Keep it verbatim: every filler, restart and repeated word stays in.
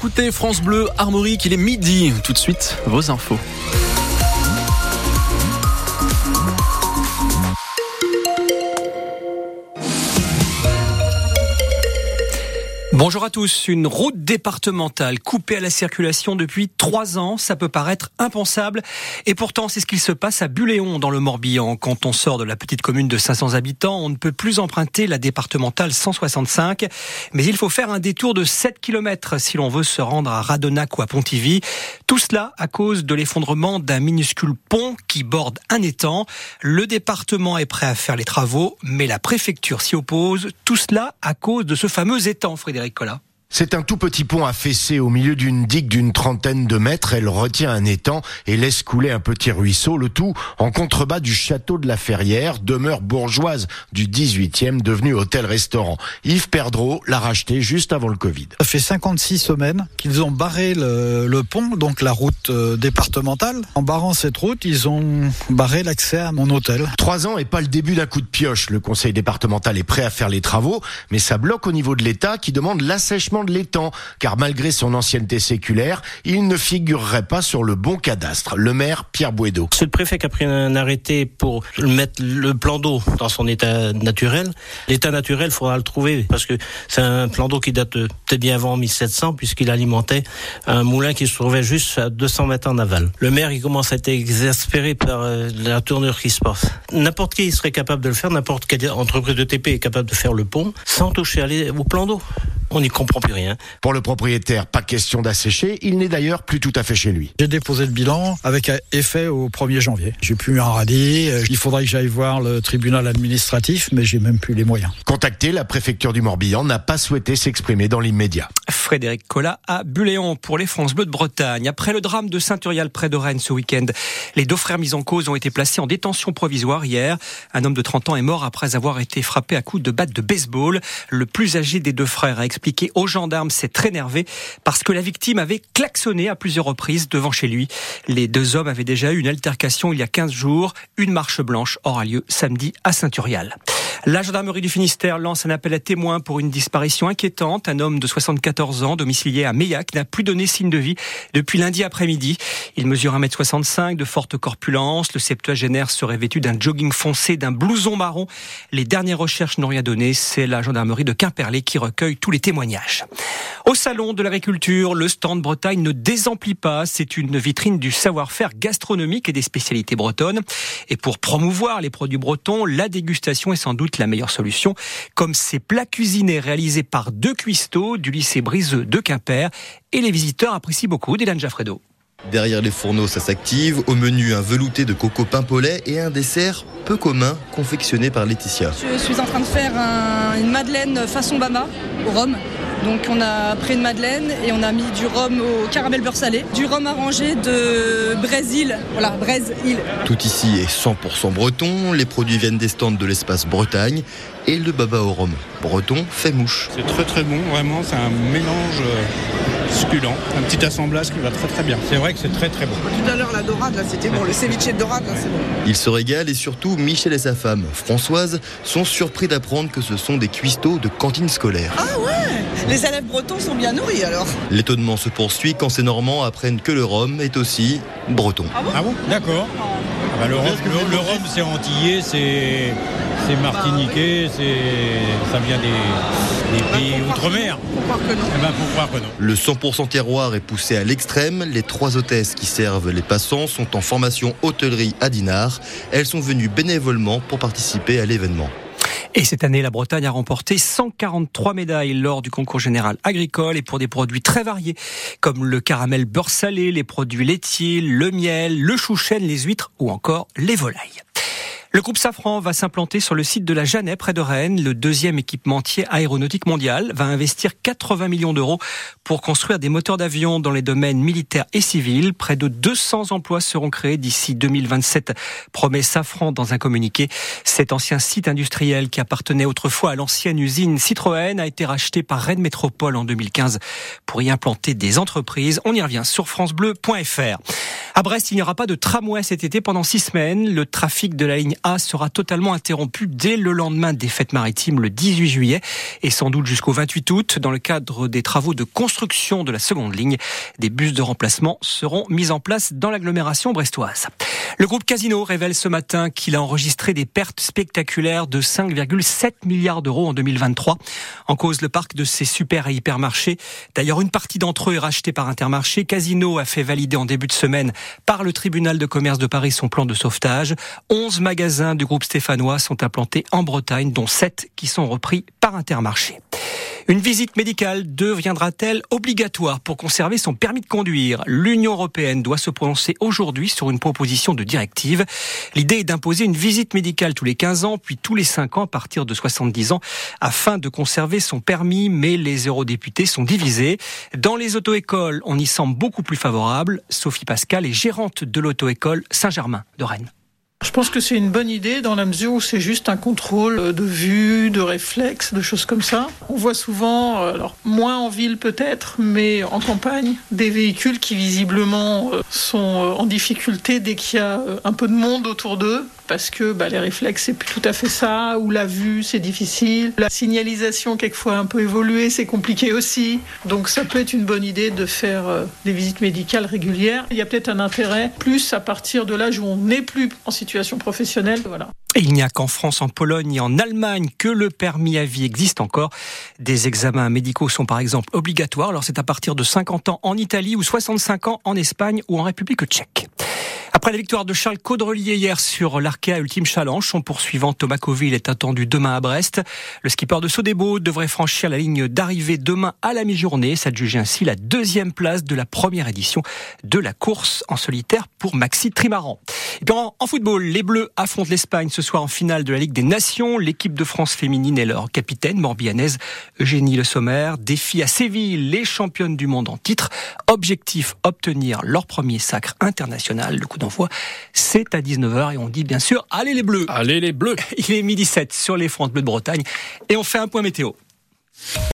écoutez France Bleu Armorique, il est midi. Tout de suite, vos infos. Bonjour à tous. Une route départementale coupée à la circulation depuis trois ans, ça peut paraître impensable. Et pourtant, c'est ce qu'il se passe à Buléon, dans le Morbihan. Quand on sort de la petite commune de cinq cents habitants, on ne peut plus emprunter la départementale cent soixante-cinq. Mais il faut faire un détour de sept kilomètres si l'on veut se rendre à Radonac ou à Pontivy. Tout cela à cause de l'effondrement d'un minuscule pont qui borde un étang. Le département est prêt à faire les travaux, mais la préfecture s'y oppose. Tout cela à cause de ce fameux étang, Frédéric Collat. C'est un tout petit pont affaissé au milieu d'une digue d'une trentaine de mètres. Elle retient un étang et laisse couler un petit ruisseau, le tout en contrebas du château de la Ferrière, demeure bourgeoise du dix-huitième, devenue hôtel-restaurant. Yves Perdreau l'a racheté juste avant le Covid. Ça fait cinquante-six semaines qu'ils ont barré le, le pont, donc la route euh, départementale. En barrant cette route, ils ont barré l'accès à mon hôtel. Trois ans et pas le début d'un coup de pioche. Le conseil départemental est prêt à faire les travaux, mais ça bloque au niveau de l'État qui demande l'assèchement de l'étang, car malgré son ancienneté séculaire, il ne figurerait pas sur le bon cadastre. Le maire Pierre Bouédo. C'est le préfet qui a pris un arrêté pour mettre le plan d'eau dans son état naturel. L'état naturel, il faudra le trouver, parce que c'est un plan d'eau qui date peut-être bien avant mille sept cents, puisqu'il alimentait un moulin qui se trouvait juste à deux cents mètres en aval. Le maire, il commence à être exaspéré par la tournure qui se passe. N'importe qui serait capable de le faire, n'importe quelle entreprise de T P est capable de faire le pont, sans toucher au plan d'eau. On n'y comprend plus rien. Pour le propriétaire, pas question d'assécher. Il n'est d'ailleurs plus tout à fait chez lui. J'ai déposé le bilan avec effet au premier janvier. J'ai plus un radis. Il faudrait que j'aille voir le tribunal administratif, mais j'ai même plus les moyens. Contacté, la préfecture du Morbihan n'a pas souhaité s'exprimer dans l'immédiat. Frédéric Collat à Buléon pour les France Bleu de Bretagne. Après le drame de Saint-Urial près de Rennes ce week-end, les deux frères mis en cause ont été placés en détention provisoire hier. Un homme de trente ans est mort après avoir été frappé à coups de batte de baseball. Le plus âgé des deux frères a expliqué aux gendarmes s'être énervé parce que la victime avait klaxonné à plusieurs reprises devant chez lui. Les deux hommes avaient déjà eu une altercation il y a quinze jours. Une marche blanche aura lieu samedi à Saint-Urial. La gendarmerie du Finistère lance un appel à témoins pour une disparition inquiétante. Un homme de soixante-quatorze ans, domicilié à Meillac, n'a plus donné signe de vie depuis lundi après-midi. Il mesure un mètre soixante-cinq, de forte corpulence. Le septuagénaire serait vêtu d'un jogging foncé, d'un blouson marron. Les dernières recherches n'ont rien donné. C'est la gendarmerie de Quimperlé qui recueille tous les témoignages. Au salon de l'agriculture, le stand Bretagne ne désemplit pas. C'est une vitrine du savoir-faire gastronomique et des spécialités bretonnes. Et pour promouvoir les produits bretons, la dégustation est sans doute la meilleure solution. Comme ces plats cuisinés réalisés par deux cuistots du lycée Briseux de Quimper. Et les visiteurs apprécient beaucoup. Dylan Jaffredo. Derrière les fourneaux, ça s'active. Au menu, un velouté de coco Paimpolais et un dessert peu commun confectionné par Laetitia. Je suis en train de faire un, une madeleine façon Bama au rhum. Donc on a pris une madeleine et on a mis du rhum au caramel beurre salé, du rhum arrangé de Brésil, voilà, Brésil. Tout ici est cent pour cent breton, les produits viennent des stands de l'espace Bretagne et le baba au rhum breton fait mouche. C'est très très bon, vraiment, c'est un mélange succulent, un petit assemblage qui va très très bien. C'est vrai que c'est très très bon. Tout à l'heure la dorade, là c'était bon, le ceviche de dorade, là c'est bon. Il se régale et surtout Michel et sa femme, Françoise, sont surpris d'apprendre que ce sont des cuistots de cantine scolaire. Ah ouais, les élèves bretons sont bien nourris alors. L'étonnement se poursuit quand ces Normands apprennent que le rhum est aussi breton. Ah bon, ah bon D'accord. Ah bah le rhum, le, le rhum c'est antillais, c'est, c'est martiniquais, c'est, ça vient des, des pays bah, outre-mer. Faut croire que non. Eh ben, faut croire que non. Le cent pour cent terroir est poussé à l'extrême. Les trois hôtesses qui servent les passants sont en formation hôtellerie à Dinard. Elles sont venues bénévolement pour participer à l'événement. Et cette année, la Bretagne a remporté cent quarante-trois médailles lors du concours général agricole et pour des produits très variés, comme le caramel beurre salé, les produits laitiers, le miel, le chou chêne, les huîtres ou encore les volailles. Le groupe Safran va s'implanter sur le site de la Jeannet, près de Rennes. Le deuxième équipementier aéronautique mondial va investir quatre-vingts millions d'euros pour construire des moteurs d'avion dans les domaines militaires et civils. Près de deux cents emplois seront créés d'ici deux mille vingt-sept, promet Safran dans un communiqué. Cet ancien site industriel qui appartenait autrefois à l'ancienne usine Citroën a été racheté par Rennes Métropole en deux mille quinze pour y implanter des entreprises. On y revient sur francebleu point f r. À Brest, il n'y aura pas de tramway cet été pendant six semaines. Le trafic de la ligne A sera totalement interrompue dès le lendemain des fêtes maritimes le dix-huit juillet et sans doute jusqu'au vingt-huit août dans le cadre des travaux de construction de la seconde ligne. Des bus de remplacement seront mis en place dans l'agglomération brestoise. Le groupe Casino révèle ce matin qu'il a enregistré des pertes spectaculaires de cinq virgule sept milliards d'euros en deux mille vingt-trois. En cause, le parc de ses super et hypermarchés. D'ailleurs, une partie d'entre eux est rachetée par Intermarché. Casino a fait valider en début de semaine par le tribunal de commerce de Paris son plan de sauvetage. onze magasins du groupe stéphanois sont implantés en Bretagne, dont sept qui sont repris par Intermarché. Une visite médicale deviendra-t-elle obligatoire pour conserver son permis de conduire ? L'Union européenne doit se prononcer aujourd'hui sur une proposition de directive. L'idée est d'imposer une visite médicale tous les quinze ans, puis tous les cinq ans à partir de soixante-dix ans, afin de conserver son permis, mais les eurodéputés sont divisés. Dans les auto-écoles, on y semble beaucoup plus favorable. Sophie Pascal est gérante de l'auto-école Saint-Germain de Rennes. Je pense que c'est une bonne idée dans la mesure où c'est juste un contrôle de vue, de réflexe, de choses comme ça. On voit souvent, alors moins en ville peut-être, mais en campagne, des véhicules qui visiblement sont en difficulté dès qu'il y a un peu de monde autour d'eux. Parce que bah, les réflexes, c'est plus tout à fait ça, ou la vue, c'est difficile. La signalisation, quelquefois un peu évoluée, c'est compliqué aussi. Donc ça peut être une bonne idée de faire euh, des visites médicales régulières. Il y a peut-être un intérêt, plus à partir de l'âge où on n'est plus en situation professionnelle. Voilà. Et il n'y a qu'en France, en Pologne et en Allemagne que le permis à vie existe encore. Des examens médicaux sont par exemple obligatoires. Alors c'est à partir de cinquante ans en Italie ou soixante-cinq ans en Espagne ou en République tchèque. Après la victoire de Charles Caudrelier hier sur l'Arkea Ultime Challenge, son poursuivant Thomas Coville est attendu demain à Brest. Le skipper de Sodebo devrait franchir la ligne d'arrivée demain à la mi-journée, s'adjuger ainsi la deuxième place de la première édition de la course en solitaire pour Maxi Trimaran. Et puis en, en football, les Bleus affrontent l'Espagne ce soir en finale de la Ligue des Nations. L'équipe de France féminine et leur capitaine morbihanaise Eugénie Le Sommer défie à Séville les championnes du monde en titre. Objectif, obtenir leur premier sacre international. Le coup d'envoi, c'est à dix-neuf heures et on dit bien sûr, allez les Bleus. Allez les Bleus. Il est midi sept sur les France Bleues de Bretagne et on fait un point météo.